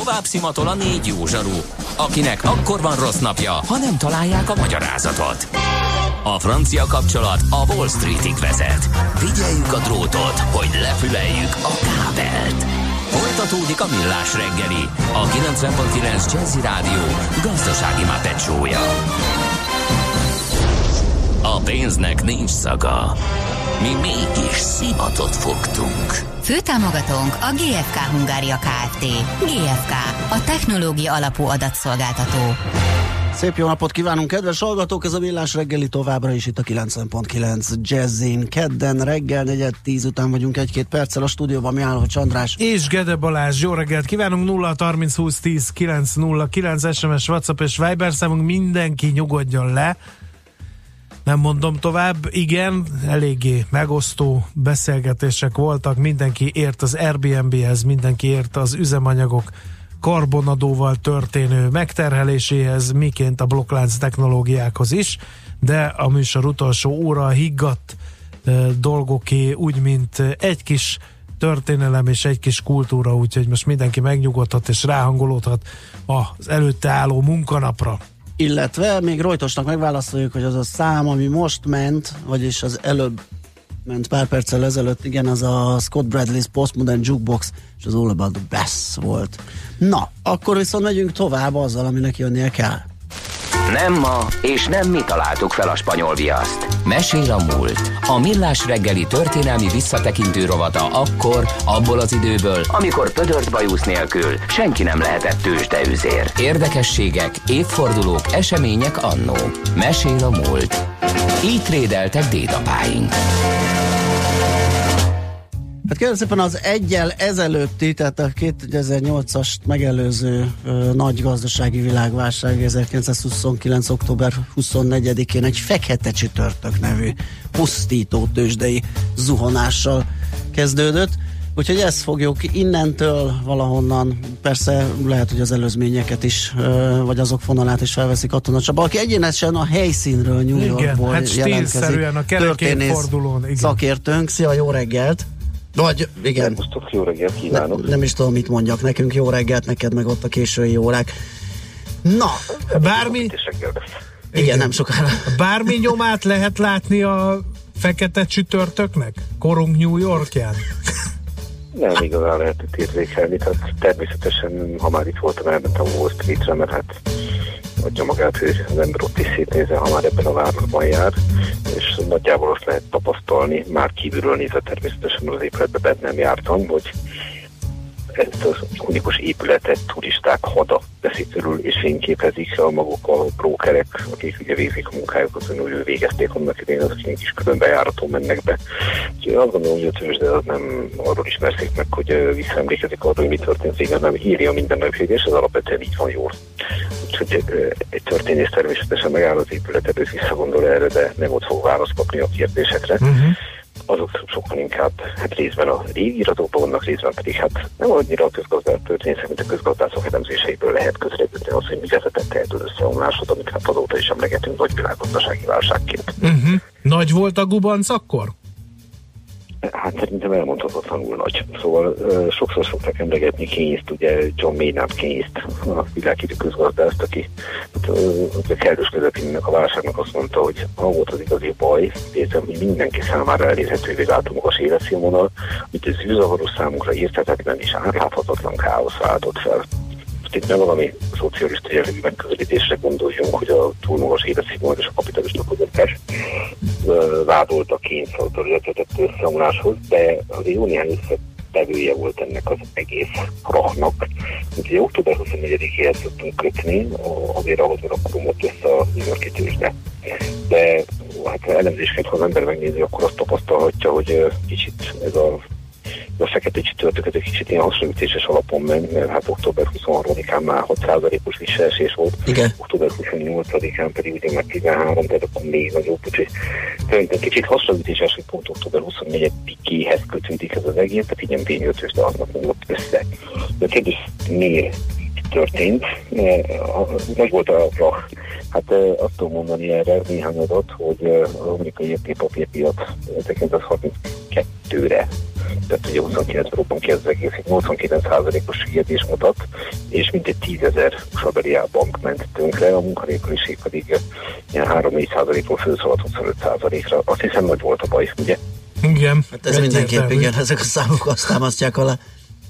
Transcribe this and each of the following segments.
tovább szimatol a 4 jó zsaru, akinek akkor van rossz napja, ha nem találják a magyarázatot. A francia kapcsolat a Wall Streetig vezet. Figyeljük a drótot, hogy lefüleljük a kábelt. Folytatódik a Millás reggeli, a 90.9 Jazzy Rádió gazdasági mápecsója. A pénznek nincs szaga. Mi mégis szimatot fogtunk. Főtámogatónk a GFK Hungária Kft. GFK, a technológia alapú adatszolgáltató. Szép jó napot kívánunk, kedves hallgatók! Ez a Millás reggeli továbbra is itt a 90.9 Jazzin. Kedden reggel 4:10 után vagyunk 1-2 perccel a stúdióban. Mihálovics András és Gede Balázs. Jó reggelt kívánunk! 0 30 20 10 909 SMS, WhatsApp és Viber számunk. Mindenki nyugodjon le. Nem mondom tovább. Igen, eléggé megosztó beszélgetések voltak. Mindenki ért az Airbnb-hez, mindenki ért az üzemanyagok karbonadóval történő megterheléséhez, miként a blokklánc technológiákhoz is, de a műsor utolsó óra higgadt dolgoké, úgy, mint egy kis történelem és egy kis kultúra, úgyhogy most mindenki megnyugodhat és ráhangolódhat az előtte álló munkanapra. Illetve még Rojtosnak megválaszoljuk, hogy az a szám, ami most ment, vagyis az előbb ment pár perccel ezelőtt, igen, az a Scott Bradley's Postmodern Jukebox, és az All About the Bass volt. Na, akkor viszont megyünk tovább azzal, aminek jönnie kell. Nem ma, és nem mi találtuk fel a spanyol viaszt. Mesél a múlt. A Millás reggeli történelmi visszatekintő rovata akkor, abból az időből, amikor pödört bajusz nélkül senki nem lehetett tőzsdeüzér. Érdekességek, évfordulók, események annó. Mesél a múlt. Így trédeltek dédapáink. Hát kérlek szépen az eggyel ezelőtti, tehát a 2008-ast megelőző nagy gazdasági világválság 1929. október 24-én egy fekete csütörtök nevű pusztító tőzsdei zuhanással kezdődött. Úgyhogy ezt fogjuk innentől valahonnan, persze lehet, hogy az előzményeket is, vagy azok fonalát is felveszik Katona Csaba, aki egyenesen a helyszínről New Yorkból hát stílszerűen a kerekérfordulón. Szakértőnk. Szia, jó reggelt! Vagy, igen. Szervusztok, jó reggelt kívánok. Nem is tudom, mit mondjak nekünk, jó reggelt, neked meg ott a késői órák. Na, bármi... Igen, nem sokára. Bármi nyomát lehet látni a fekete csütörtöknek? Korunk New Yorkján? Nem igazán lehet itt érzékelni, tehát természetesen, ha már itt voltam, elmentem a Wall Streetre, mert hát adja magát, hogy az ember ott is szétnézze, ha már ebben a városban jár, és nagyjából azt lehet tapasztalni, már kívülről nézve természetesen az épületbe bent nem jártam, hogy ezt az unikus épületet turisták hada veszi körül, és fényképezik a maguk a brókerek, akik ugye végzik a munkájukat, hogy végezték annak idején, az egy kis különbejáraton mennek be. Úgyhogy azt gondolom, hogy a tőzsde az nem arról ismerszik meg, hogy visszaemlékezik arról, hogy mi történt régen, nem írja minden napját, és ez alapvetően így van jól. Úgyhogy egy történész természetesen megáll az épület előtt, visszagondol erre, de nem ott fog választ kapni a kérdésekre. Azok sokkal inkább részben a régi iratokban vannak, részben pedig nem annyira a közgazdátörténészek, mint a közgazdászok elemzéseiből lehet közrekötni az, hogy mi vezetett el az összeomlásod, amit azóta is emlegetünk nagy világgazdasági válságként. Nagy volt a gubanc akkor? Hát szerintem elmondhatatlanul nagy. Szóval sokszor szokták emlegetni Keynes-t, ugye John Maynard Keynes-t, a világhírű közgazdászt, aki a kellős közepének a válságnak azt mondta, hogy ha volt az igazi baj, értem, hogy mindenki számára elérhetővé vált a magas életszínvonal, amit az űrzavaros számunkra érthetetlen és átláthatatlan káosz váltott fel. Itt nem valami szocialista jellegű megközelítésre gondoljunk, hogy a túl magas életszínvonal és a kapitalista fogyasztás vádolta Keynes által vezetett összeomláshoz, de az jó néhány összetevője volt ennek az egész krachnak. Úgyhogy október 24-éhez tudtunk kötni, azért ahhoz, mert akkor omlott össze a New York-i tőzsde. De hát elemzésként, ha az ember megnézi, akkor azt tapasztalhatja, hogy kicsit ez a fekete csütörtök egy kicsit ilyen hasonlítéses alapon ment, mert hát október 23-án már 6%-os visszaesés volt, igen. Október 28-án pedig ugye már 13, tehát akkor még nagyobb, úgyhogy szerintem kicsit hasonlítéses, hogy pont október 24-éhez kötődik ez az egész, tehát ilyen B5-ös, de aznak mondott össze. De a kérdés miért történt? Nagy volt a krach. Hát azt tudom mondani erre néhány adat, hogy az amerikai értékpapírpiac 1932-re tehát ugye 29 euróban kezdve 89%-os süllyedés mutat, és mintegy 10.000 USA-beli bank ment tönkre, a munkanélküliség pedig ilyen 3-4%-ról fölszaladt 25%-ra. Azt hiszem, nagy volt a baj, ugye? Igen. Hát ez mindenképp, igen, ezek a számok azt támasztják alá.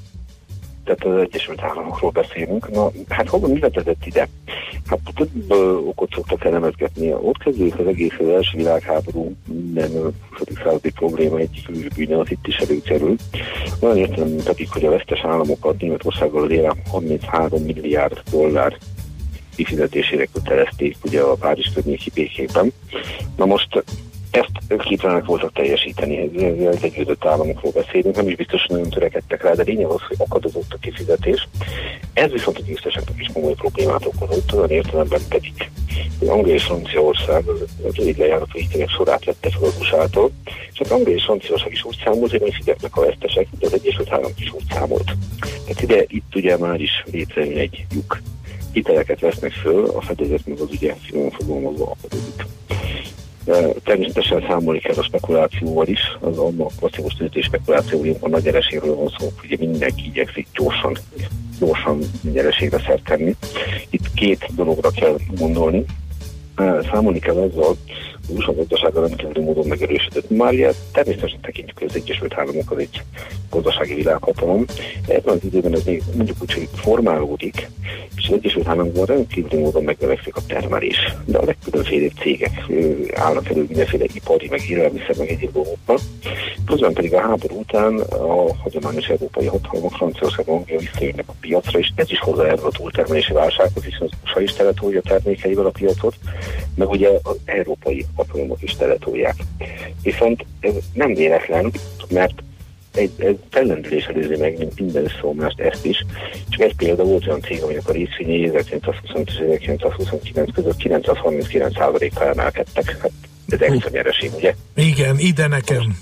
Tehát az Egyesült Államokról beszélünk. Na, hát hova mi vezetett ide? Hát több okot szoktak elemezgetni. Ott kezdődik az egész első világháború, minden 20. századi probléma egy bűne, az itt is előkerül. Olyan értelem pedig, hogy a vesztes államokat Németországgal lévén 33 milliárd dollár kifizetésére kötelezték ugye a Párizs környéki békében. Na most ezt képtelenek voltak teljesíteni, ez együttött államokról beszélünk, nem is biztos, hogy nagyon törekedtek rá, de lényeg az, hogy akadozott a kifizetés. Ez viszont a győzteseknek is komoly problémát okozott, olyan értelemben pedig, hogy Anglia és Franciaország az rövid lejáratú hitelek sorát vette fel az USA-tól, és az Anglia és Franciaország is úgy számolt, hogy fizetnek a vesztesek, de az Egyesült Államok is úgy számolt. Tehát itt ugye már is létrejön egy lyuk. Hiteleket vesznek föl, a fedezet meg az ugye finoman fogalmazva akadódik. Természetesen számolni kell a spekulációval is, az a klasszikus tőzsdei spekuláció, a nagy nyereségről van szó, ugye mindenki igyekszik gyorsan nyereségre szert tenni. Itt két dologra kell gondolni. Számolni kell azzal, az USA gazdasága rendkívüli módon megerősödött. Már ugye természetesen tekintjük, hogy az Egyesült Államok az egy gazdasági világhatalom. Ebben az időben ez még mondjuk úgy, hogy formálódik, és az Egyesült Államokban rendkívüli módon megnövekszik a termelés. De a legkülönfélebb cégek állnak elő mindenféle ipari, meg élelmiszer, meg egyéb dolgokkal. Közben pedig a háború után a hagyományos európai hatalmak Franciaország, Anglia visszajönnek a piacra, és ez is hozzájárul a túltermelési válsághoz, hiszen az USA is teletolja a termékeivel a piacot, meg ugye az európai hatalomok is teletolják. Viszont ez nem véletlen, mert egy fellendülés előzi meg, mint minden összeomlást, ezt is. Csak egy példa volt olyan cég, aminek a részvényei 1925 és 1929 között 939%-kal emelkedtek. Hát ez extra nyereség, ugye? Igen, ide nekem. Most,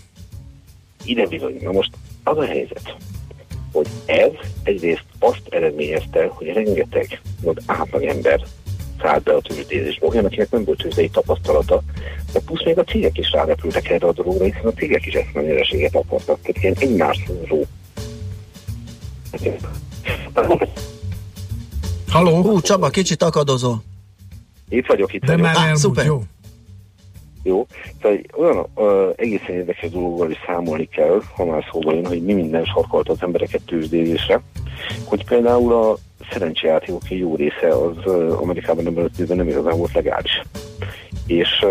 ide bizony. Na most az a helyzet, hogy ez egyrészt azt eredményezte, hogy rengeteg átlagember szállt be a tőzsdézésbe, olyan, akinek nem volt tőzsdei tapasztalata, de plusz még a cégek is rárepültek erre a dologra, hiszen a cégek is ezt a nyereséget akartak. Tehát ilyen egymásról. Halló? Csaba, kicsit akadozol. Itt vagyok, itt de vagyok. már elmúlt, szuper. Jó. Tehát olyan egészen érdekes dologgal is számolni kell, ha már szóba jön, hogy mi minden sarkalta az embereket tőzsdézésre, hogy például a szerencsejátékok egy jó része az Amerikában nem igazán volt legális. És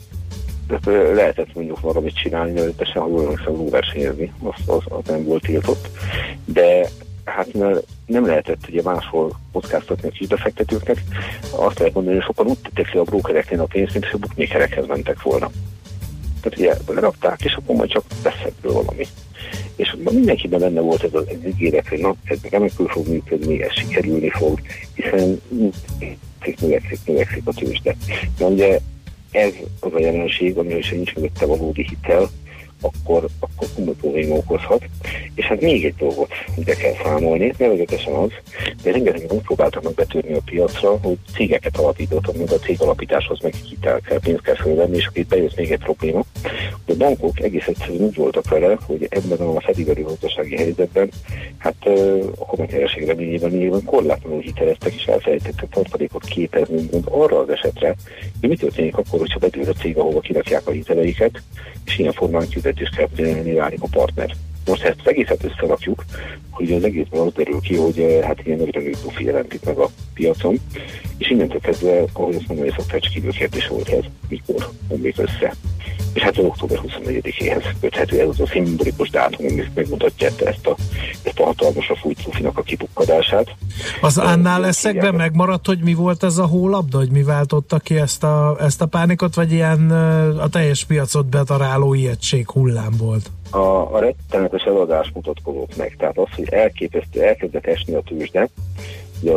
lehetett mondjuk valamit csinálni, nevetesen, ha jól emlékszem, versenyezni, az nem volt tiltott, de hát nem lehetett ugye máshol kockáztatni a kisbefektetőknek. Azt lehet mondani, hogy sokan úgy tettek le a brókereknél a pénzt, mint hogy a bookmakerekhez mentek volna. Tehát ugye lerakták, és akkor majd csak lesz ebből valami. És mindenkiben benne volt ez az ígéret, hogy ez remekül fog működni, ez sikerülni fog, hiszen növekszik a tőzsde. De ugye ez az a jelenség, amiről is nincs mögötte valódi hitel, akkor komoly probléma okozhat. És hát még egy dolgot ide kell számolni, nevezetesen az, de rengetegen úgy próbáltak meg betörni a piacra, hogy cégeket alapítottak, meg a cég alapításhoz meg hitel kell, pénzt kell fölvenni, és akkor itt bejött még egy probléma. De a bankok egész egyszerűen úgy voltak vele, hogy ebben a fediverő gazdasági helyzetben, hát a komolyteljeség reményében nyilván korlátlanul hiteleztek, és elfelejtettek tartalékot képezni, mint arra az esetre, hogy mi történik akkor, hogyha bedől a cég, ahova kirakják a hiteleiket, és ilyen formán kifizetést kell válik a partner. Most ezt az egészet összerakjuk, hogy az egészben az derül ki, hogy hát ilyen nagyra nőtt profi jelentik meg a piacon, és innentől kezdve, ahogy azt mondani szokták, csak idős kérdés volt ez, mikor omlik össze. És hát az október 24-éhez köthető ez az a szimbolikus dátum, ami megmutatja ezt a hatalmasra fújt profinak a kipukkadását. Az annál eszekben megmaradt, hogy mi volt ez a hólabda, hogy mi váltotta ki ezt a pánikot, vagy ilyen a teljes piacot betaráló ijegység hullám volt? A rettenetes eladás mutatkozott meg, tehát az, hogy elkezdett esni a tőzsde, ugye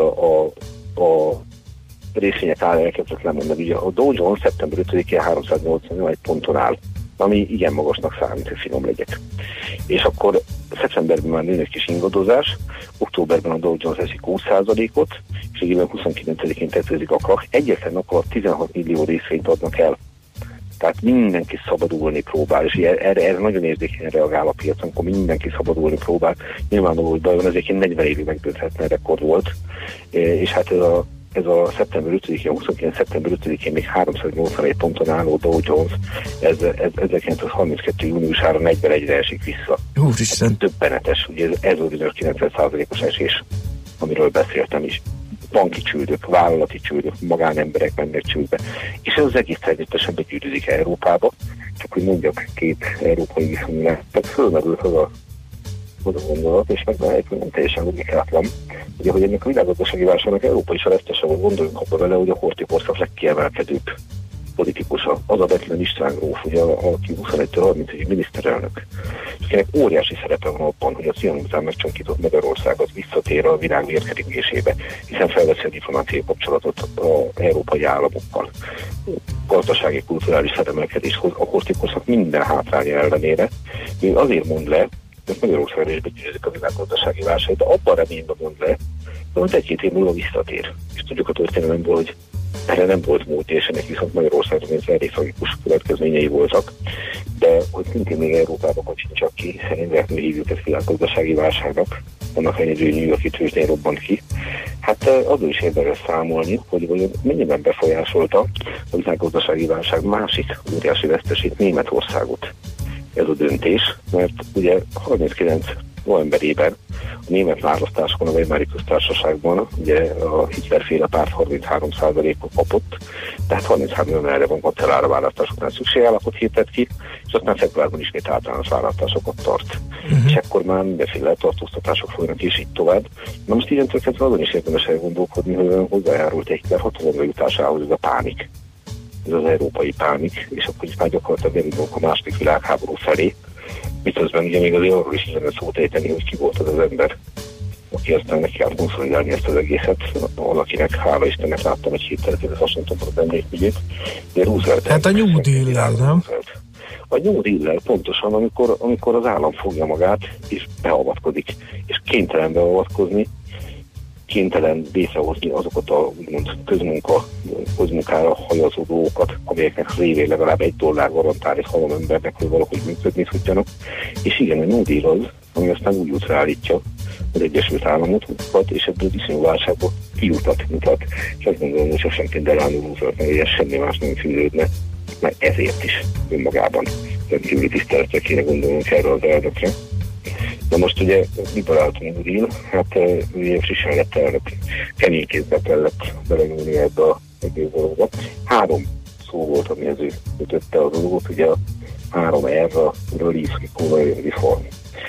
a részvények áll elkezdett lemondani. Ugye a Dow Jones szeptember 5-én 381 ponton áll, ami igen magasnak számít, hogy finom legyek. És akkor szeptemberben már nő egy kis ingadozás, októberben a Dow Jones eszik 20%-ot, és végül 29-én tetőzik a krach. Egyetlen nap alatt 16 millió részvényt adnak el. Tehát mindenki szabadulni próbál, és erre nagyon érzékenyen reagál a piac, amikor mindenki szabadulni próbál. Nyilvánvaló, hogy Bajon ezért 40 évig megdönthetetlen rekord volt, és hát ez a szeptember 5-én, 29. szeptember 5-én még 381 ponton álló Dow Jones, ez 1932. júniusára 41-re esik vissza. Úristen! Döbbenetes, ugye ez a bizonyos 90%-os esés, amiről beszéltem is. Banki csődök, vállalati csődök, magánemberek mennek csődbe. És ez az egész természetesen begyűrűzik Európába, csak hogy mondjak két európai viszonyulát. Tehát fölmerült az a gondolat, és megvállalják, hogy nem teljesen logikátlan. Ugye, hogy ennek a világgazdasági válságnak Európa is a vesztese volt, gondoljunk abba vele, hogy a Horthy-korszak legkiemelkedőbb politikusa, az a Bethlen István gróf, ugye, aki 21-31 miniszterelnök, és akinek óriási szerepe van abban, hogy a cionizmusán megcsonkított Magyarország az visszatér a világ vérkeringésébe, hiszen felveszi a diplomáciai kapcsolatot az európai államokkal. Gazdasági, kulturális felemelkedéshoz a Horthy-korszak minden hátránya ellenére, még azért mond le, mert Magyarországra is begyűrűzik a világgazdasági válság, de abban reményben mond le, hogy egy-két év múlva visszatér. És tudjuk a történelemből, hogy erre nem volt mód, és ennek viszont Magyarországon elég tragikus következményei voltak, de hogy szintén még Európában kocsincsak ki, szerintem hívjuk ezt világgazdasági válságnak, annak ellenére, hogy New York-i tőzsdén robbant ki. Hát azzal is érdekes számolni, hogy mennyiben befolyásolta a világgazdasági válság másik óriási vesztesét, Németországot ez a döntés, mert ugye 39 novemberében a német választásokon a Weimári köztársaságban ugye a Hitler-féle párt 33%-ot kapott, tehát 33 novemberre van kancellára választásoknál szükségállapot hirdett ki, és aztán februárban ismét általános választásokat tart. És ekkor már mindenféle tartóztatások folynak, és így tovább. Na most ilyentől kezdve azon is érdemes elgondolkodni, hogy hozzájárult egy Hitler hatalomra jutásához ez a pánik, ez az európai pánik, és akkor is már gyakorlatilag elindulunk a második világháború felé, miközben ugye még azért arról is lenne szót ejteni, hogy ki volt az az ember, aki aztán neki kell konszolidálni ezt az egészet, valakinek, hála Istennek láttam egy héttel, ez Washingtonban az emlékügyét, de Roosevelt... Hát a New Deal-lel, nem? A New Deal-lel pontosan, amikor az állam fogja magát, és beavatkozik, és kénytelen beavatkozni, kénytelen részehozni azokat a úgymond közmunkára hajazó dolgokat, amelyeknek révén legalább $1 garantál egy halom embernek, hogy valahogy működni tudjanak. És igen, a New Deal az, ami aztán úgy útra állítja az Egyesült Államokat, és ebből viszonyú válságból mutat. És azt gondolom, hogy sosem Delano Rooseveltnek, hogy ez semmi más nem fűrődne, mert ezért is önmagában rendkívüli tiszteletre kéne gondolnunk erről az elnökre. Na most ugye liberált New Deal, hát ugye frissen lett elnök, kemény kézbe kellett belenyúlni ebbe a egész dologba. 3 szó volt, ami az ő ütötte a dolgot, ugye a 3 R, a Relief, Reform.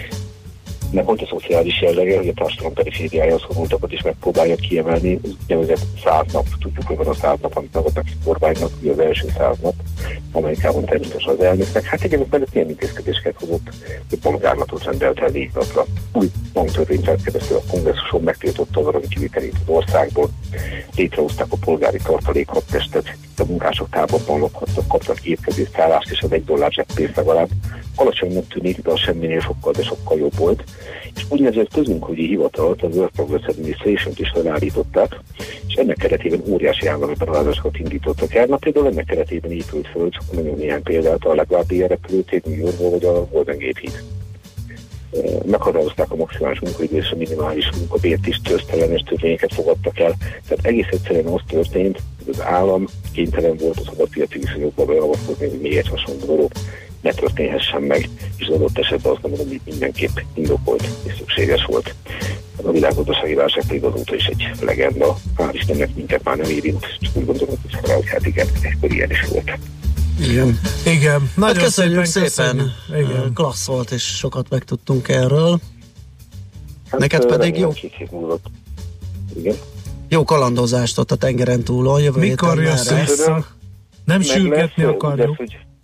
Meg volt a szociális jellege, hogy a társadalom perifériája szorultakat is megpróbálja kiemelni, úgynevezett 100 nap, tudjuk, hogy van a 100 nap, amit megadnak ki kormánynak, ugye az első 100 nap, Amerikában természetesen az elnöknek. Hát igen, mellett milyen intézkedéseket hozott, hogy bankzárlatot rendelt el 4 napra. Új banktörvényt keresztül a kongresszuson megtiltotta az aranykivitelét az országból, létrehozták a polgári tartalékhadtestet, a munkások táborban lakhattak, kaptak étkezést, szállást és az $1 zseppénzt legalább. Alacsonynak tűnik, de az semminél sokkal, de sokkal jobb volt. És úgynevezett közmunkahogyi hivatalt, az Work Progress Administration-t is felállították, és ennek keretében óriási állami beruházásokat indítottak el. Na például ennek keretében épült föl, csak nagyon néhány példát, a LaGuardia repülőtér New Yorkból, vagy a Golden Gate híd. Meghatározták a maximális munkaidő és a minimális munkabért is, köztelenes törvényeket fogadtak el. Tehát egész egyszerűen az történt, hogy az állam kénytelen volt a szabadpiaci viszonyokba beavatkozni, hogy még egy hasonló dolog ne történhessen meg, és az adott esetben azt mondom, hogy mindenképp indokolt és szükséges volt. A világgazdasági válság pedig azóta is egy legenda. Hál' Istennek minket már nem érint, csak úgy gondolom, hogy hát igen, egykor ilyen is volt. Igen. Nagyon hát köszönjük szépen. Igen. Klassz volt, és sokat megtudtunk erről. Hát, neked pedig jó. Igen. Jó kalandozást ott a tengeren túlon. Jövő mikor jössz vissza? Nem sürgetni akarjuk.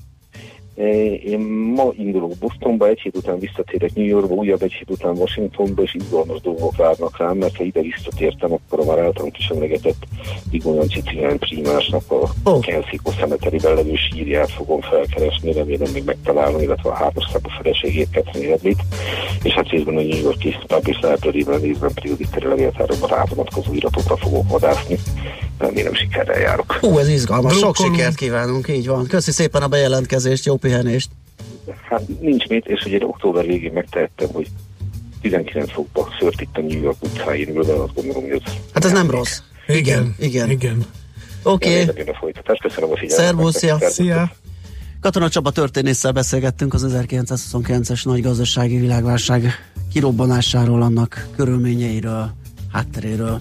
Én ma indulok Bostonba, egy hét után visszatérek New Yorkba, újabb egy hét után Washingtonba, és izgalmas dolgok várnak rám, mert ha ide visszatértem, akkor a már általunk is emlegetett Igolyan Cicilán Prímásnak a Kensico Cemeteryben levő sírját fogom felkeresni, remélem még megtalálom, illetve a házasságba feleségét, Catherine Edlit, és hát részben a New York-i Public Library-ben, részben periodikus levéltárokban rávonatkozó iratokra fogok vadászni. remélem sikerrel járok. Ez izgalmas, sok sikert kívánunk, így van. Köszi szépen a bejelentkezést, jó pihenést. Hát nincs mit, és ugye október végén megtehettem, hogy 19 fokba szört itt a New York utcáin, de azt gondolom, hogy ez... Hát ez nem rossz. Igen. Oké. Köszönöm a figyelmet. Szervusz, szia! Katona Csaba történésszel beszélgettünk az 1929-es nagy gazdasági világválság kirobbanásáról, annak körülményeiről, hátteréről.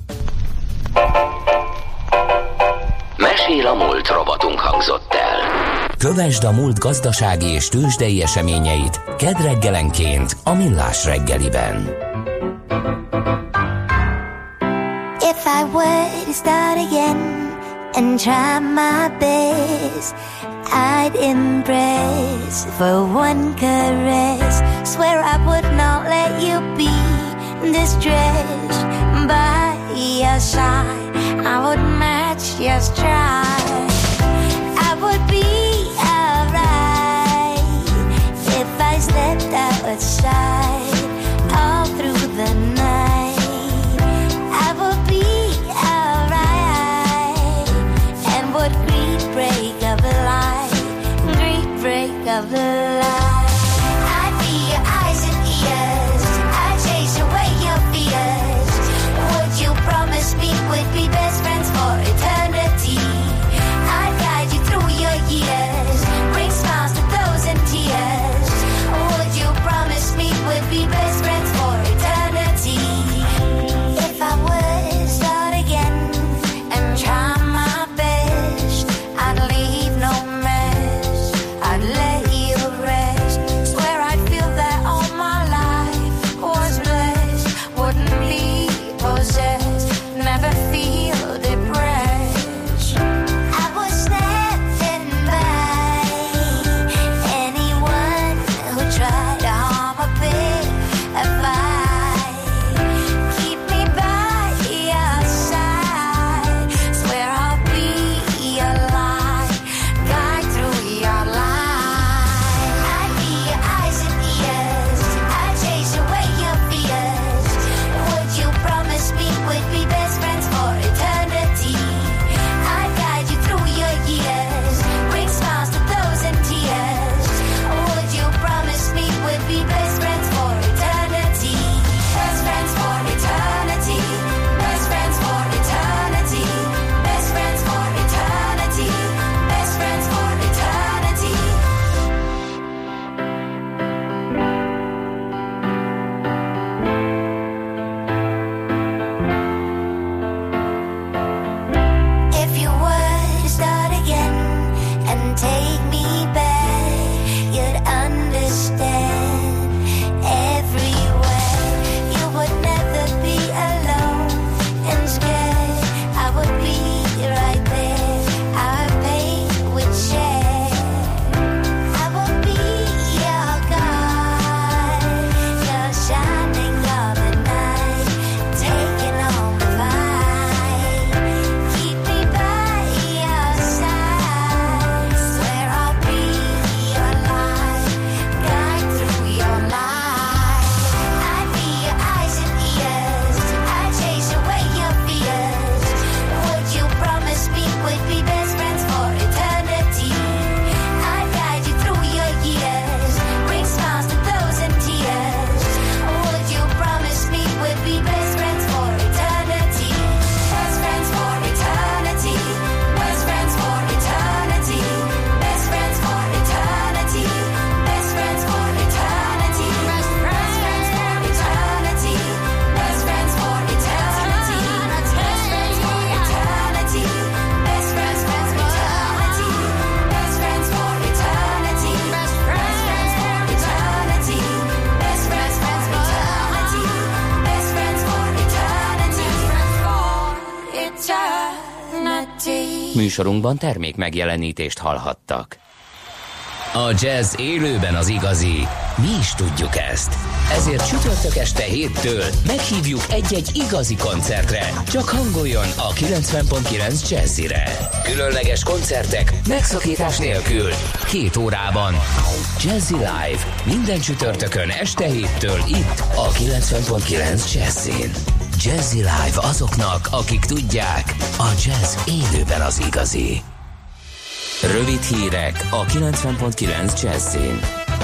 Mesél a múlt robotunk hangzott el. Kövesd a múlt gazdasági és tőzsdei eseményeit kedd reggelenként a Millás reggeliben. If I were to start again and try my best, I'd impress for one caress. Swear I would not let you be distressed by your side. I would match your stride. I would be alright if I slept outside all through the night. I would be alright and would greet break of light, greet break of light. I'd be your eyes and ears, I'd chase away your fears. Would you promise me we'd be best friends for eternity? I'd guide you through your years, bring smiles to those in tears. Would you promise me we'd be best friends for eternity? If I would start again and try my best, I'd leave no mess, I'd let you rest. Swear I'd feel that all my life was blessed, wouldn't be possessed, never feel depressed. I was standing by anyone who tried to harm a bit of fight. Keep me by your side. Swear I'll be your light, guide through your life. I'd be your eyes and ears, I'd chase away your fears. Would you promise me we'd be best friends for eternity? I'd guide you through your years, bring smiles to those in tears. Would you promise me we'd be best friends for eternity? Best friends for eternity. Best friends for eternity. Best friends for eternity. Best friends for eternity. If you were to start again and take me back, you'd understand everywhere. You would never be alone and scared. I would be right there. Our pain would share. I would be your guide, your shining of the night, taking on the fight. Keep me by your side. Swear I'll be your light, guide through your life. I'd be your eyes and ears, I'd chase away your fears. Would you promise me we'd be best friends for eternity? I'd guide you through your years, bring smiles to those in tears. Would you promise me we'd be best friends for eternity? Best friends for eternity. Best friends for eternity. Best friends for eternity. Best friends for eternity. Best friends for eternity. Best friends for eternity. Best friends for eternity. Best friends for eternity. Best friends for eternity. Best friends for eternity. Best friends for eternity. Best friends for eternity. Műsorunkban termék megjelenítést hallhattak. A jazz élőben az igazi. Mi is tudjuk ezt. Ezért csütörtök este 7-től meghívjuk egy-egy igazi koncertre. Csak hangoljon a 90.9 Jazzire. Különleges koncertek megszakítás nélkül. 2 órában. Jazzy Live. Minden csütörtökön este 7-től itt a 90.9 Jazzin. Jazzy Live azoknak, akik tudják, a jazz élőben az igazi. Rövid hírek a 90.9 Jazzin.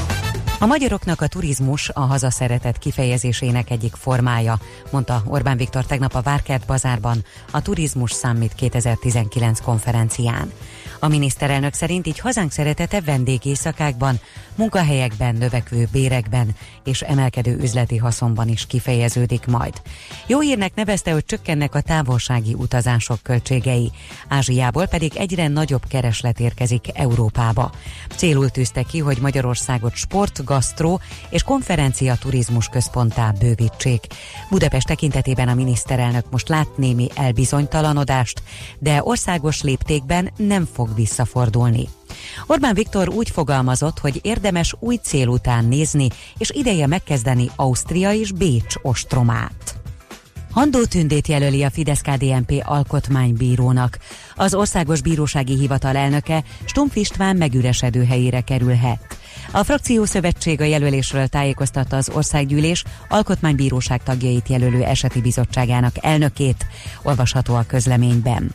A magyaroknak a turizmus a hazaszeretet kifejezésének egyik formája, mondta Orbán Viktor tegnap a Várkert Bazárban a Turizmus Summit 2019 konferencián. A miniszterelnök szerint így hazánk szeretete vendégészakákban, munkahelyekben, növekvő bérekben és emelkedő üzleti haszonban is kifejeződik majd. Jó hírnek nevezte, hogy csökkennek a távolsági utazások költségei, Ázsiából pedig egyre nagyobb kereslet érkezik Európába. Célul tűzte ki, hogy Magyarországot sport, gasztró és konferencia turizmus központtá bővítsék. Budapest tekintetében a miniszterelnök most lát némi elbizonytalanodást, de országos léptékben nem fog visszafordulni. Orbán Viktor úgy fogalmazott, hogy érdemes új cél után nézni, és ideje megkezdeni Ausztria és Bécs ostromát. Handó Tündét jelöli a Fidesz-KDNP alkotmánybírónak. Az Országos Bírósági Hivatal elnöke Stumpf István megüresedő helyére kerülhet. A frakciószövetség a jelölésről tájékoztatta az Országgyűlés alkotmánybíróság tagjait jelölő eseti bizottságának elnökét, olvasható a közleményben.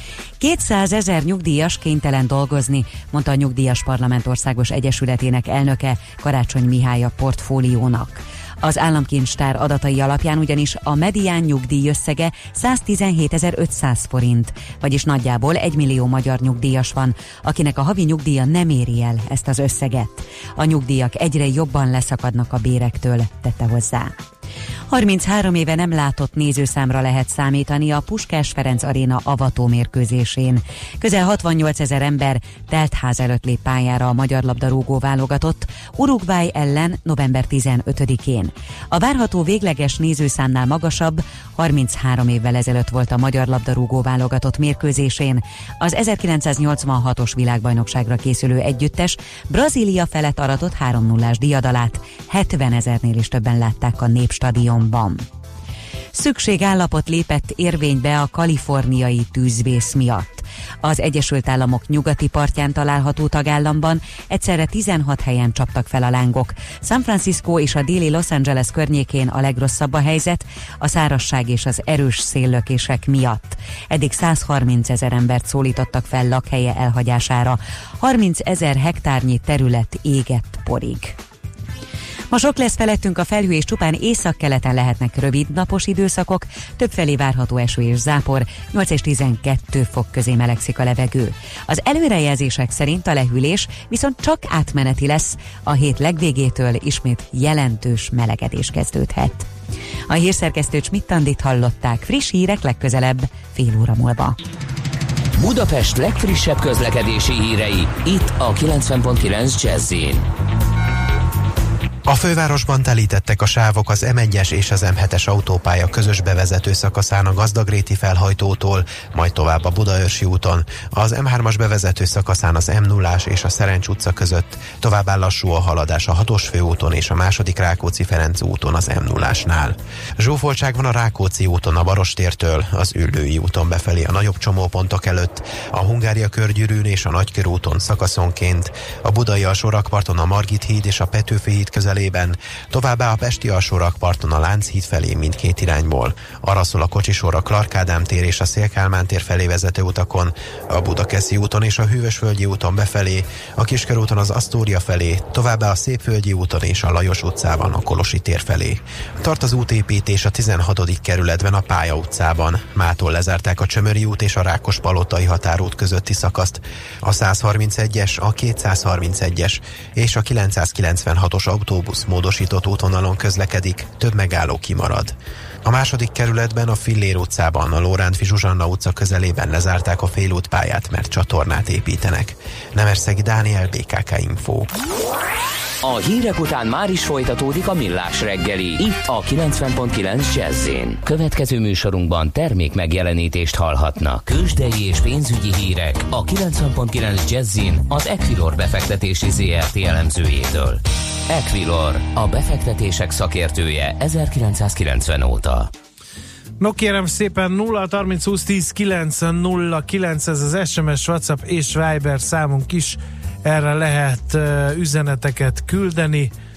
200 000 nyugdíjas kénytelen dolgozni, mondta a Nyugdíjas Parlament Országos Egyesületének elnöke Karácsony Mihály a Portfóliónak. Az államkincstár adatai alapján ugyanis a medián nyugdíj összege 117.500 forint, vagyis nagyjából 1 millió magyar nyugdíjas van, akinek a havi nyugdíja nem éri el ezt az összeget. A nyugdíjak egyre jobban leszakadnak a bérektől, tette hozzá. 33 éve nem látott nézőszámra lehet számítani a Puskás Ferenc Aréna avató mérkőzésén. Közel 68 000 ember teltház előtt lép pályára a magyar labdarúgó válogatott Uruguay ellen november 15-én. A várható végleges nézőszámnál magasabb 33 évvel ezelőtt volt a magyar labdarúgó válogatott mérkőzésén. Az 1986-os világbajnokságra készülő együttes Brazília felett aratott 3-0-ás diadalát, 70 000-nél is többen látták a Népstadionban. Szükségállapot lépett érvénybe a kaliforniai tűzvész miatt. Az Egyesült Államok nyugati partján található tagállamban egyszerre 16 helyen csaptak fel a lángok. San Francisco és a déli Los Angeles környékén a legrosszabb a helyzet a szárazság és az erős széllökések miatt. Eddig 130 000 embert szólítottak fel lakhelye elhagyására. 30 000 hektárnyi terület égett porig. Ma sok lesz felettünk a felhő, és csupán északkeleten lehetnek rövid napos időszakok, többfelé várható eső és zápor, 8 és 12 fok közé melegszik a levegő. Az előrejelzések szerint a lehűlés viszont csak átmeneti lesz, a hét legvégétől ismét jelentős melegedés kezdődhet. A hírszerkesztő Schmidt-Andit hallották, friss hírek legközelebb fél óra múlva. Budapest legfrissebb közlekedési hírei, itt a 90.9 Jazzin. A fővárosban telítettek a sávok az M1-es és az M7-es autópálya közös bevezető szakaszán a Gazdagréti felhajtótól, majd tovább a Budaörsi úton, az M3-as bevezető szakaszán az M0-ás és a Szerencs utca között, továbbá lassú a haladás a 6-os főúton és a második Rákóczi-Ferenc úton az M0-ásnál. Zsúfoltság van a Rákóczi úton a Barostértől, az Üllői úton befelé a nagyobb csomópontok előtt, a Hungária körgyűrűn és a Nagykörúton szakaszonként, a Budai alsórakparton a Margit híd és a Petőfi híd közelében, továbbá a pesti alsórakparton a Lánchíd felé mindkét irányból. Arra szól a kocsisor a Clark Ádám tér és a Széll-Kálmán tér felé vezető utakon, a Budakeszi úton és a Hűvösvölgyi úton befelé, a Kiskörúton az Asztória felé, továbbá a Szépvölgyi úton és a Lajos utcában a Kolosi tér felé. Tart az útépítés a 16. kerületben a Pálya utcában. Mától lezárták a Csömöri út és a Rákospalotai határút közötti szakaszt. A 131-es, a 231-es és a 996-os autóbusz módosított útvonalon közlekedik, több megálló kimarad. A második kerületben a Fillér utcában, a Lórántfi Zsuzsanna utca közelében lezárták a félútpályát, mert csatornát építenek. Nemerszegi Dániel, BKK Info. A hírek után már is folytatódik a Millás reggeli, itt a 90.9 Jazzin. Következő műsorunkban termék megjelenítést hallhatnak. Tőzsdei és pénzügyi hírek a 90.9 Jazzin az Equilor befektetési ZRT elemzőjétől. Equilor, a befektetések szakértője 1990 óta. No kérem szépen, 0 30 20 10 909, ez az SMS, WhatsApp és Viber számunk is, erre lehet üzeneteket küldeni.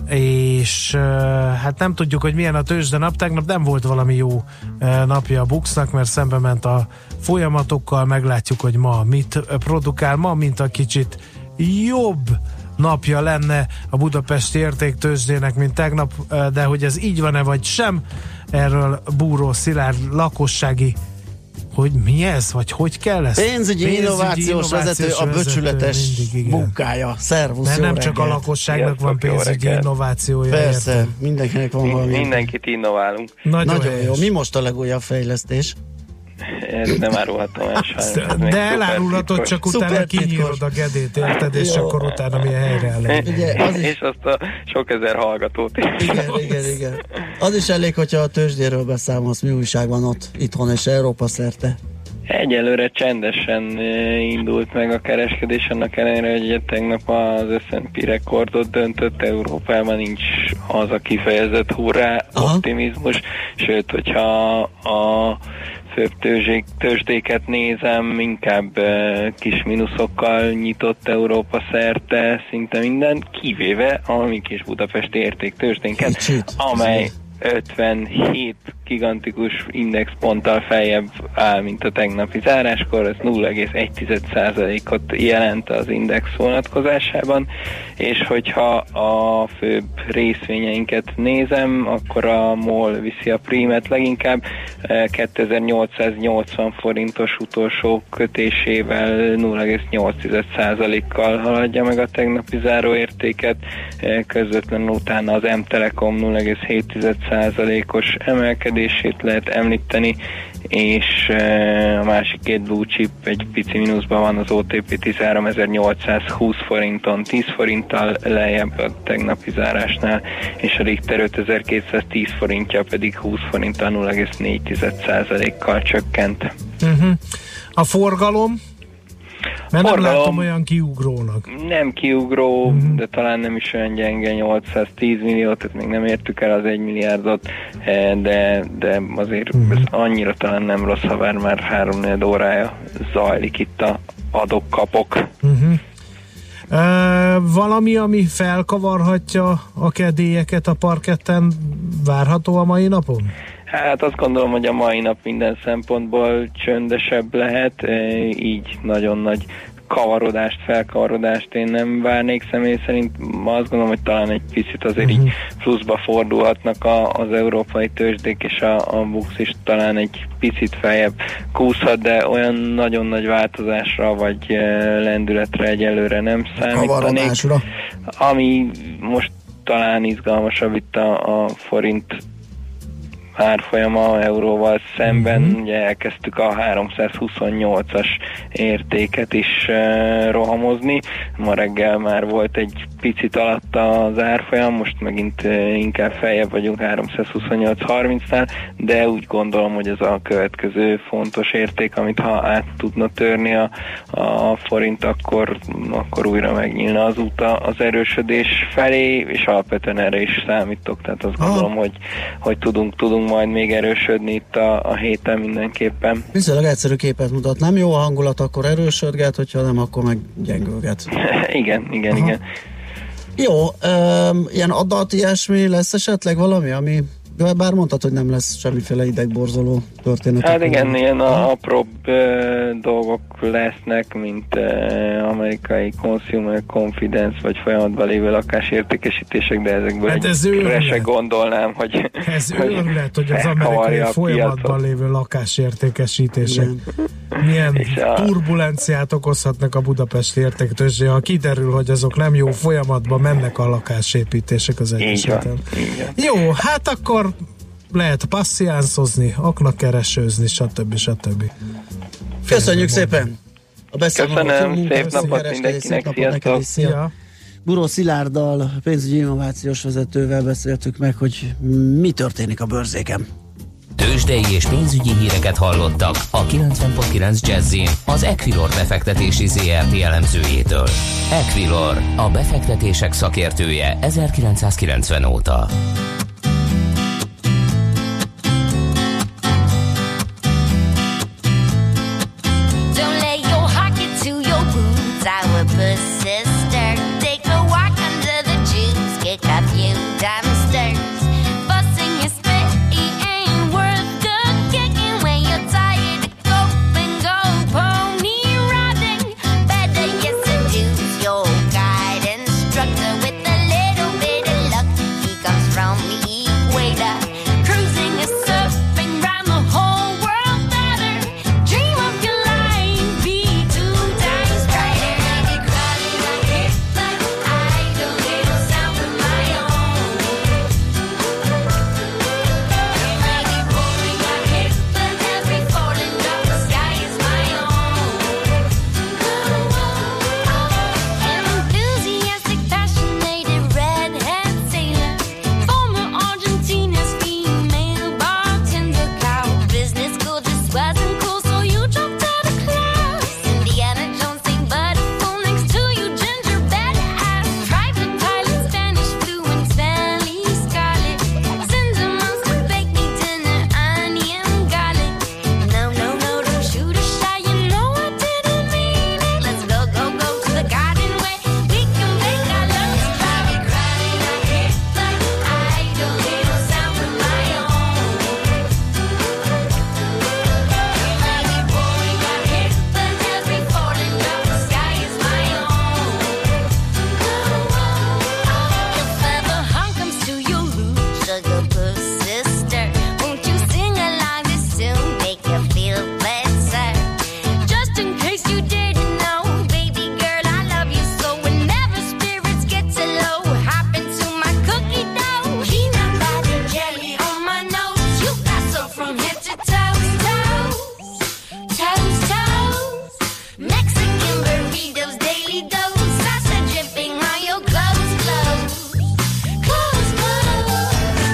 és hát nem tudjuk, hogy milyen a tőzsdenap. Tegnap nem volt valami jó napja a BUX-nak, mert szembe ment a folyamatokkal. Meglátjuk, hogy ma mit produkál. Ma, mint a kicsit jobb napja lenne a budapesti értéktőzsdének, mint tegnap, de hogy ez így van-e vagy sem, erről Búró Szilárd lakossági, hogy mi ez, vagy hogy kell ez? Pénzügyi innovációs vezető, a becsületes munkája. Szervusz, mert jó nem reggelt. csak a lakosságnak van pénzügyi innovációja. Persze, értem. mindenkinek van valami. Mindenkit innoválunk. Nagyon jó. Mi most a legújabb fejlesztés? Ezt nem árulhatom el sajnos. De elárulhatod, csak utána kinyírod a gedét, érted? És akkor utána milyen helyre elég. És azt a sok ezer hallgatót. Igen. Az is elég, hogyha a tőzsdéről beszámolsz, mi újság van ott itthon és Európa szerte. Egyelőre csendesen indult meg a kereskedés, annak ellenére, hogy tegnap az S&P rekordot döntött, Európában nincs az a kifejezett hurrá optimizmus, sőt, hogyha a főbb tőzsdéket nézem, inkább kis mínuszokkal nyitott Európa szerte szinte minden, kivéve a mi kis budapesti értéktőzsdénket, amely 57 gigantikus indexponttal feljebb áll, mint a tegnapi záráskor, ez 0,1%-ot jelent az index vonatkozásában, és hogyha a főbb részvényeinket nézem, akkor a MOL viszi a prímet leginkább, 2880 forintos utolsó kötésével 0,8%-kal haladja meg a tegnapi záróértéket, közvetlenül utána az M-Telekom 0,7%-os emelkedését lehet említeni, és a másik két blue chip egy pici mínuszban van, az OTP 13.820 forinton 10 forinttal lejjebb a tegnapi zárásnál, és a Richter 5210 forintja pedig 20 forinttal 0,4%-kal csökkent. A forgalom? Mert nem látom olyan kiugrónak. Nem kiugró, de talán nem is olyan gyenge, 810 millió, tehát még nem értük el az 1 milliárdot, de azért ez annyira talán nem rossz, ha már 3-4 órája zajlik itt a adok-kapok. Valami, ami felkavarhatja a kedélyeket a parketten, várható a mai napon? Hát azt gondolom, hogy a mai nap minden szempontból csöndesebb lehet, így nagyon nagy felkavarodást én nem várnék személy szerint. Azt gondolom, hogy talán egy picit azért így pluszba fordulhatnak az európai tőzsdék, és a BUX is talán egy picit feljebb kúszhat, de olyan nagyon nagy változásra vagy lendületre egyelőre nem számítanék. Ami most talán izgalmasabb itt a forint árfolyama euróval szemben, ugye elkezdtük a 328-as értéket is rohamozni. Ma reggel már volt egy picit alatt az árfolyam, most megint inkább feljebb vagyunk 328-30-nál, de úgy gondolom, hogy ez a következő fontos érték, amit ha át tudna törni a forint, akkor újra megnyílna az út az erősödés felé, és alapvetően erre is számítok, tehát azt gondolom, hogy tudunk majd még erősödni itt a héten mindenképpen. Viszonylag egyszerű képet mutat. Nem jó a hangulat, akkor erősödget, hogyha nem, akkor meg gyengülget. Igen. Jó, ilyen adat, ilyesmi lesz esetleg valami, ami bár mondtad, hogy nem lesz semmiféle idegborzoló történet. Hát igen, ilyen apróbb dolgok lesznek, mint amerikai Consumer Confidence, vagy folyamatban lévő lakásértékesítések, de ezekből egyre se gondolnám, hogy ez őrület, hogy az amerikai folyamatban lévő lakásértékesítések milyen turbulenciát okozhatnak a budapesti értéktőzsdén, ha kiderül, hogy azok nem jó folyamatban mennek a lakásépítések az egyesületen. Jó, hát akkor lehet passziánszozni, aknakeresőzni, stb. Köszönjük szépen! A köszönöm, szép napot mindenkinek, sziasztok! Búró Szilárddal, pénzügyi innovációs vezetővel beszéltük meg, hogy mi történik a bőrzéken. Tőzsdei és pénzügyi híreket hallottak a 90.9 Jazzin az Equilor befektetési ZRT elemzőjétől. Equilor, a befektetések szakértője 1990 óta. Our sister, take a walk under the juice, kick off you. wasn't cool, so you dropped out of class. Indiana Jones ain't but a fool next to you, ginger badass. Private pilot, Spanish fluent, Spanish scarlet. Send a monster, bake me dinner, onion garlic. No, no, no, don't shoot a shot, you know I didn't mean it. Let's go, go, go to the garden where we can make our love. Drive me crying, I hit like I don't hear no sound of my own. Maybe boring, I hit the hills before the drop, the sky is my own. If ever harm comes to your root, sugar puss sister, won't you sing along this tune, make you feel better? Just in case you didn't know, baby girl, I love you so. Whenever spirits get too low, hop into my cookie dough. Peanut butter jelly on my nose, you got soap from head to toes, toes, toes, toes. Mexican burritos, daily dose, salsa dripping on your clothes, clothes, clothes, clothes.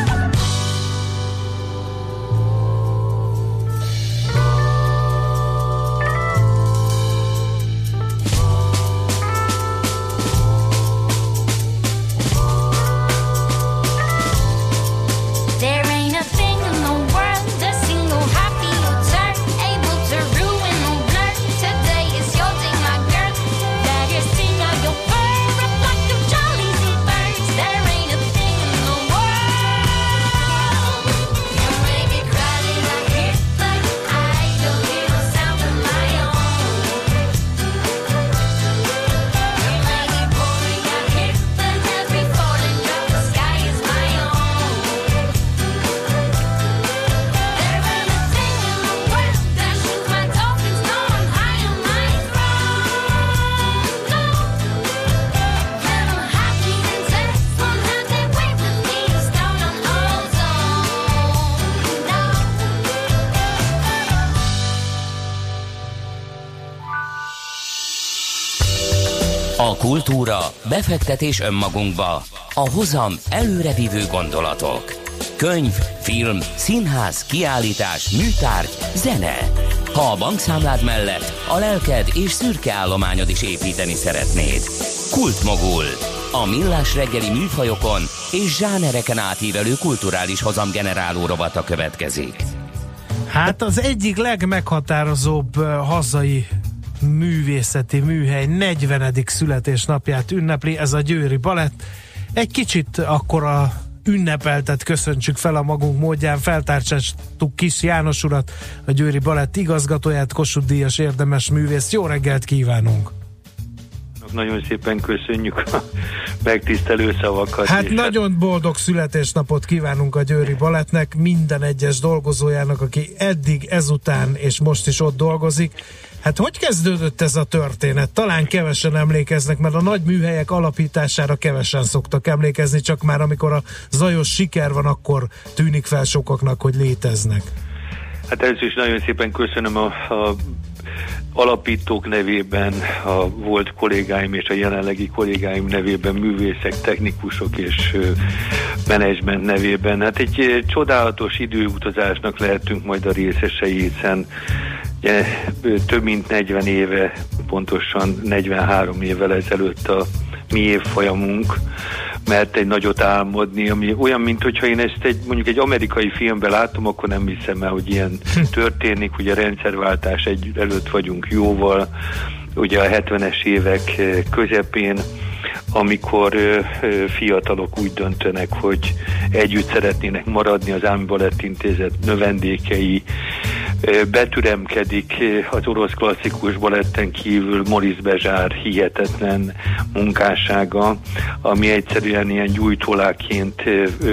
There ain't a thing in the world, a single happy you turn, able to ruin or blur. Today is your day, my girl. Better sing out your fur, reflective jollies and birds. There ain't a thing in the world. You may be crying, I hit like I don't hear no sound of my own. You may be boring, I hit the hills before the drop, the sky is my own. There ain't a thing in the world that shoots my dolphins, no, I'm high on my throne. No, little hockey and sex won't have their way with me, stone on ozone. No. A kultúra, befektetés önmagunkba, a hozam előrevívő gondolatok. Könyv, film, színház, kiállítás, műtárgy, zene. Ha a bankszámlád mellett a lelked és szürke állományod is építeni szeretnéd. Kultmogul. A millás reggeli műfajokon és zsánereken átívelő kulturális hozamgeneráló rovata következik. Hát az egyik legmeghatározóbb hazai művészeti műhely 40. születésnapját ünnepli, ez a Győri Balett. Egy kicsit akkor a ünnepeltet köszöntsük fel a magunk módján, feltárcsáztuk Kis János urat, a Győri Balett igazgatóját, Kossuth díjas érdemes művész. Jó reggelt kívánunk! Nagyon szépen köszönjük a megtisztelő szavakat. Hát nagyon boldog születésnapot kívánunk a Győri Balettnek, minden egyes dolgozójának, aki eddig, ezután és most is ott dolgozik. Hát hogy kezdődött ez a történet? Talán kevesen emlékeznek, mert a nagy műhelyek alapítására kevesen szoktak emlékezni, csak már amikor a zajos siker van, akkor tűnik fel sokaknak, hogy léteznek. Hát először is nagyon szépen köszönöm a alapítók nevében, a volt kollégáim és a jelenlegi kollégáim nevében, művészek, technikusok és menedzsment nevében. Hát egy csodálatos időutazásnak lehetünk majd a részesei, hiszen több mint 40 éve, pontosan 43 évvel ezelőtt a mi évfolyamunk, mert egy nagyot álmodni, ami olyan, mint hogyha én ezt mondjuk egy amerikai filmben látom, akkor nem hiszem el, hogy ilyen történik. Ugye a rendszerváltás előtt vagyunk jóval, ugye a 70-es évek közepén, amikor fiatalok úgy döntenek, hogy együtt szeretnének maradni, az Állami Balett Intézet növendékei, betüremkedik az orosz klasszikus baletten kívül Maurice Béjart hihetetlen munkássága, ami egyszerűen ilyen gyújtóláként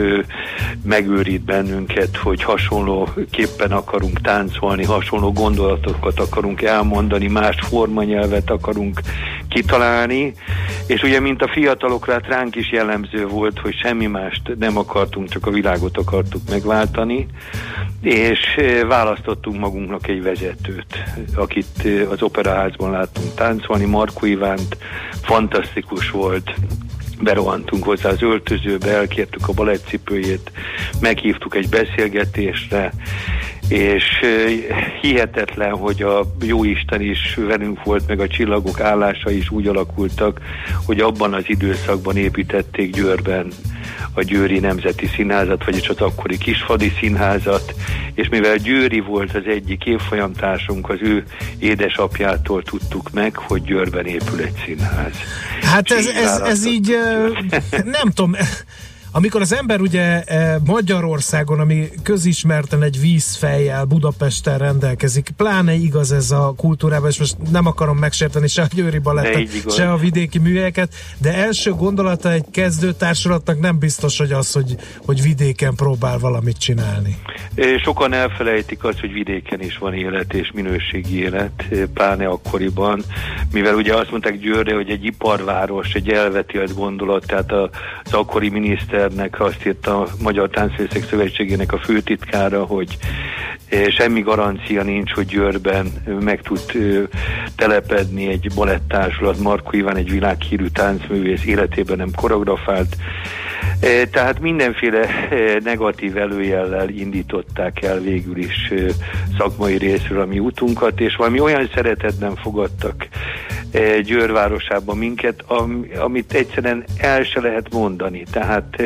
megőrít bennünket, hogy hasonlóképpen akarunk táncolni, hasonló gondolatokat akarunk elmondani, más formanyelvet akarunk kitalálni, és ugye mint a fiatalokra, hát ránk is jellemző volt, hogy semmi mást nem akartunk, csak a világot akartuk megváltani, és választottunk magunknak egy vezetőt, akit az Operaházban láttunk táncolni, Markó Ivánt, fantasztikus volt, berohantunk hozzá az öltözőbe, elkértük a balettcipőjét, meghívtuk egy beszélgetésre, és hihetetlen, hogy a Jóisten is velünk volt, meg a csillagok állása is úgy alakultak, hogy abban az időszakban építették Győrben a Győri Nemzeti Színházat, vagyis az akkori Kisfadi Színházat, és mivel Győri volt az egyik évfolyamtársunk, az ő édesapjától tudtuk meg, hogy Győrben épül egy színház. Hát ez így, nem tudom, amikor az ember ugye Magyarországon, ami közismerten egy vízfejjel Budapesten rendelkezik, pláne igaz ez a kultúrában, és most nem akarom megsérteni se a Győri Balettet, se a vidéki műhelyeket, de első gondolata egy kezdőtársulatnak nem biztos, hogy az, hogy vidéken próbál valamit csinálni. Sokan elfelejtik azt, hogy vidéken is van élet és minőségi élet, pláne akkoriban, mivel ugye azt mondták Győrre, hogy egy iparváros, egy elvetélt gondolat, tehát az akkori miniszternek azt írta a Magyar Táncművészek Szövetségének a főtitkára, hogy semmi garancia nincs, hogy Győrben meg tud telepedni egy balettársulat. Markó Iván egy világhírű táncművész, életében nem koreografált. Tehát mindenféle negatív előjellel indították el végül is szakmai részről a mi utunkat, és valami olyan szeretetben fogadtak Győr városában minket, amit egyszerűen el se lehet mondani. Tehát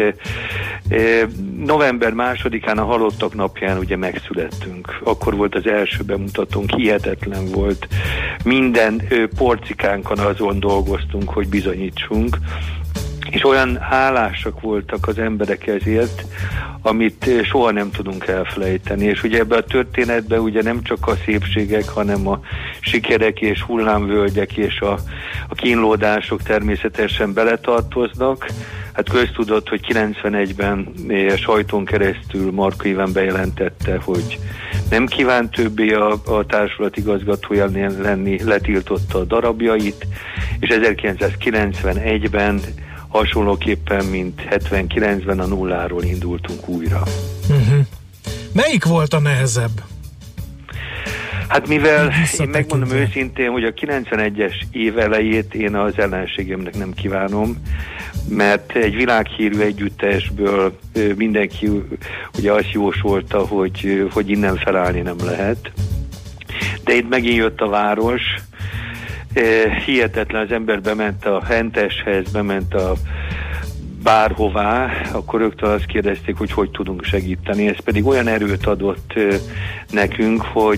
november 2-án a Halottak napján ugye megszülettünk. Akkor volt az első bemutatónk, hihetetlen volt. Minden porcikánkon azon dolgoztunk, hogy bizonyítsunk. És olyan hálásak voltak az emberek ezért, amit soha nem tudunk elfelejteni. És ugye ebben a történetben ugye nem csak a szépségek, hanem a sikerek és hullámvölgyek és a kínlódások természetesen beletartoznak. Hát köztudott, hogy 91-ben sajton keresztül Markó Iván bejelentette, hogy nem kíván többé a társulat igazgatója lenni, letiltotta a darabjait, és 1991-ben hasonlóképpen, mint 79-ben a nulláról indultunk újra. Melyik volt a nehezebb? Hát mivel én megmondom őszintén, hogy a 91-es év elejét én az ellenségemnek nem kívánom, mert egy világhírű együttesből mindenki ugye azt jósolta, hogy innen felállni nem lehet. De itt megint jött a város, hihetetlen, az ember bement a Henteshez, bement a bárhová, akkor rögtön azt kérdezték, hogy tudunk segíteni. Ez pedig olyan erőt adott nekünk,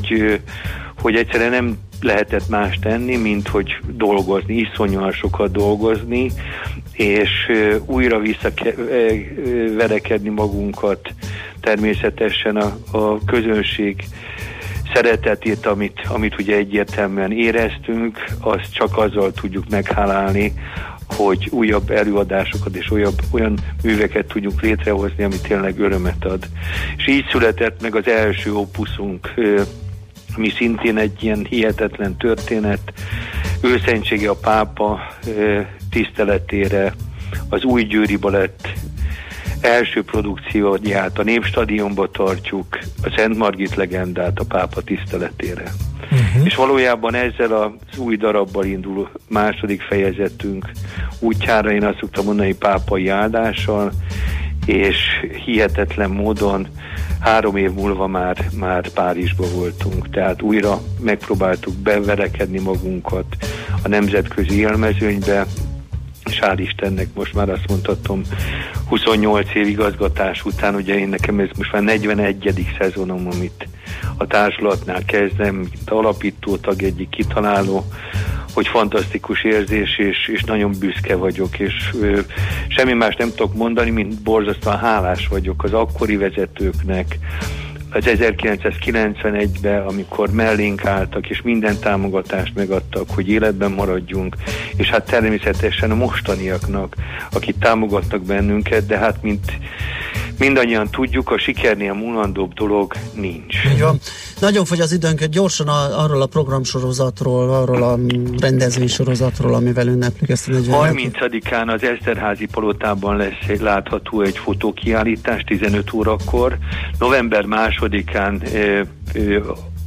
hogy egyszerűen nem lehetett más tenni, mint hogy dolgozni, iszonyúan sokat dolgozni, és újra visszaverekedni magunkat természetesen a közönség szeretetét, amit ugye egyértelműen éreztünk, azt csak azzal tudjuk meghálálni, hogy újabb előadásokat és olyan műveket tudjuk létrehozni, ami tényleg örömet ad. És így született meg az első opuszunk, ami szintén egy ilyen hihetetlen történet. Őszentsége a pápa tiszteletére az új Győri Balett első produkcióját a Népstadionba tartjuk, a Szent Margit legendát a pápa tiszteletére. És valójában ezzel az új darabbal indul második fejezetünk útjára, én azt szoktam mondani, pápai áldással, és hihetetlen módon 3 év múlva már Párizsba voltunk, tehát újra megpróbáltuk beverekedni magunkat a nemzetközi élmezőnybe, és hál' Istennek most már azt mondhatom, 28 év igazgatás után, ugye én nekem ez most már 41. szezonom, amit a társulatnál kezdem, mint alapító tag, egyik kitaláló, hogy fantasztikus érzés, és nagyon büszke vagyok, és semmi más nem tudok mondani, mint borzasztóan hálás vagyok az akkori vezetőknek, az 1991-ben, amikor mellénk álltak, és minden támogatást megadtak, hogy életben maradjunk, és hát természetesen a mostaniaknak, akik támogatnak bennünket, de hát mindannyian tudjuk, a sikernél mulandóbb dolog nincs. Ja, nagyon fogy az időnket, gyorsan arról a programsorozatról, arról a rendezvénysorozatról, amivel ünneplik ezt a 30-án az Eszterházi palotában lesz látható egy fotókiállítás 15 órakor. November 2-án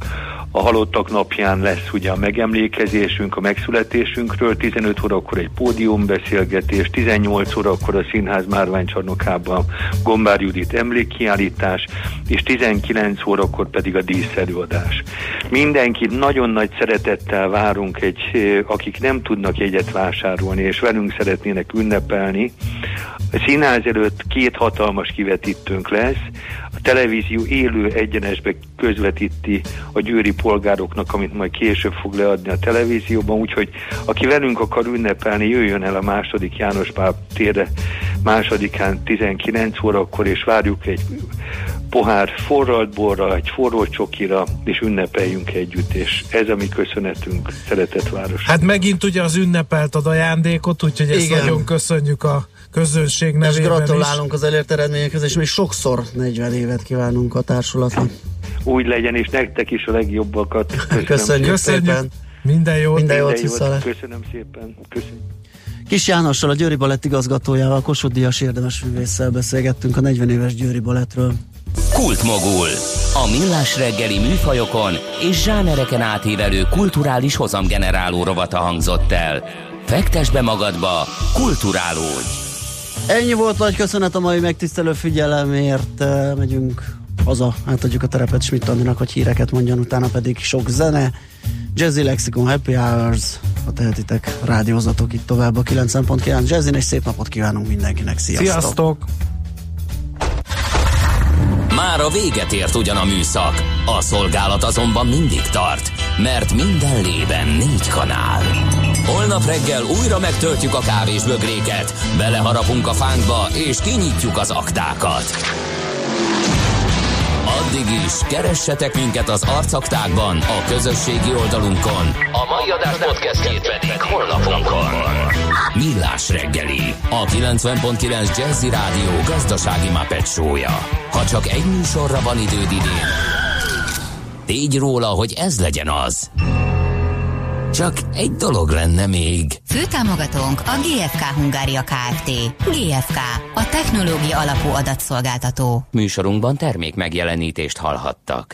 a halottak napján lesz ugye a megemlékezésünk a megszületésünkről, 15 órakor egy pódiumbeszélgetés, 18 órakor a színház márványcsarnokában Gombár Judit emlékkiállítás, és 19 órakor pedig a díszelőadás. Mindenkit nagyon nagy szeretettel várunk, akik nem tudnak jegyet vásárolni, és velünk szeretnének ünnepelni. A színház előtt 2 hatalmas kivetítőnk lesz. A televízió élő egyenesbe közvetíti a győri polgároknak, amit majd később fog leadni a televízióban, úgyhogy aki velünk akar ünnepelni, jöjjön el a II. János Pál térre 2-án 19 órakor, és várjuk egy pohár forralt borra, egy forró csokira, és ünnepeljünk együtt, és ez a mi köszönetünk, szeretett város. Hát megint ugye az ünnepelt ad ajándékot, úgyhogy ezt nagyon köszönjük a közönség nevében. És gratulálunk az elért eredményekhez, és még sokszor 40 évet kívánunk a társulatnak. Úgy legyen, és nektek is a legjobbakat. Köszönjük szépen. Minden jót. Minden jót. Köszönöm szépen. Köszönjük. Kis Jánossal, a Győri Balett igazgatójával, Kossuth Díjas érdemes művésszel beszélgettünk a 40 éves Győri Balettről. Kultmogul. A millás reggeli műfajokon és zsánereken átívelő kulturális hozamgeneráló rovata hangzott el. Fektesd be magadba, kulturálódj! Ennyi volt, nagy köszönet a mai megtisztelő figyelemért. Megyünk haza, átadjuk a terepet Schmidt Andinak, hogy híreket mondjon, utána pedig sok zene. Jazzy Lexicon, Happy Hours, ha tehetitek, rádiózatok itt tovább a 90.9 Jazzin, és szép napot kívánunk mindenkinek. Sziasztok! Sziasztok! Már a véget ért ugyan a műszak, a szolgálat azonban mindig tart, mert minden lében 4 kanál. Holnap reggel újra megtöltjük a kávésbögréket, beleharapunk a fánkba és kinyitjuk az aktákat. Addig is keressetek minket az arcaktákban, a közösségi oldalunkon. A mai adás podcastjét pedig honlapunkon. Millás reggeli, a 90.9 Jazzy Rádió gazdasági Muppet show-ja. Ha csak egy műsorra van időd idén, tégy róla, hogy ez legyen az. Csak egy dolog lenne még. Főtámogatónk a GFK Hungária Kft. GFK, a technológia alapú adatszolgáltató. Műsorunkban termék megjelenítést hallhattak.